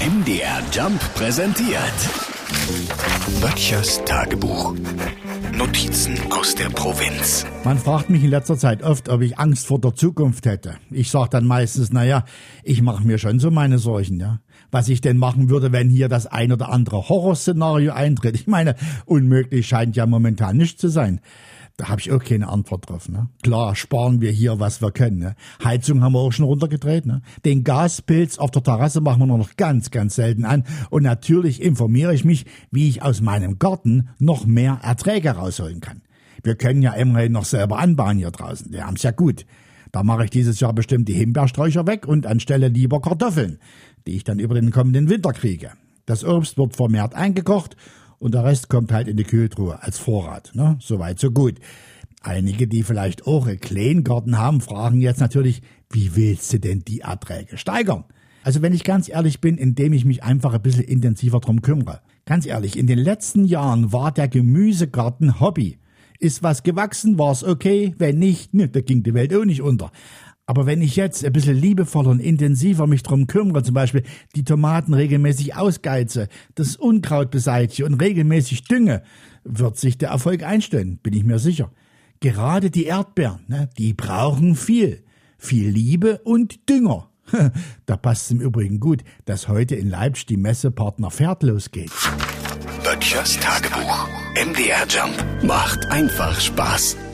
MDR Jump präsentiert Böttchers Tagebuch. Notizen aus der Provinz. Man fragt mich in letzter Zeit oft, ob ich Angst vor der Zukunft hätte. Ich sage dann meistens, ich mache mir schon so meine Sorgen, ja. Was ich denn machen würde, wenn hier das ein oder andere Horrorszenario eintritt. Ich meine, unmöglich scheint ja momentan nicht zu sein. Da habe ich auch keine Antwort drauf. Ne? Klar, sparen wir hier, was wir können. Ne? Heizung haben wir auch schon runtergedreht. Ne? Den Gaspilz auf der Terrasse machen wir nur noch ganz, ganz selten an. Und natürlich informiere ich mich, wie ich aus meinem Garten noch mehr Erträge rausholen kann. Wir können ja immerhin noch selber anbauen hier draußen. Wir haben's ja gut. Da mache ich dieses Jahr bestimmt die Himbeersträucher weg und anstelle lieber Kartoffeln, die ich dann über den kommenden Winter kriege. Das Obst wird vermehrt eingekocht und der Rest kommt halt in die Kühltruhe als Vorrat. Ne? Soweit, so gut. Einige, die vielleicht auch einen Kleingarten haben, fragen jetzt natürlich, wie willst du denn die Erträge steigern? Also wenn ich ganz ehrlich bin, indem ich mich einfach ein bisschen intensiver drum kümmere. Ganz ehrlich, in den letzten Jahren war der Gemüsegarten Hobby. Ist was gewachsen, war's okay, wenn nicht, da ging die Welt auch nicht unter. Aber wenn ich jetzt ein bisschen liebevoller und intensiver mich drum kümmere, zum Beispiel die Tomaten regelmäßig ausgeize, das Unkraut beseitige und regelmäßig dünge, wird sich der Erfolg einstellen, bin ich mir sicher. Gerade die Erdbeeren, die brauchen viel Liebe und Dünger. Da passt es im Übrigen gut, dass heute in Leipzig die Messepartner Pferd losgeht. Böttchers Tagebuch. MDR Jump macht einfach Spaß.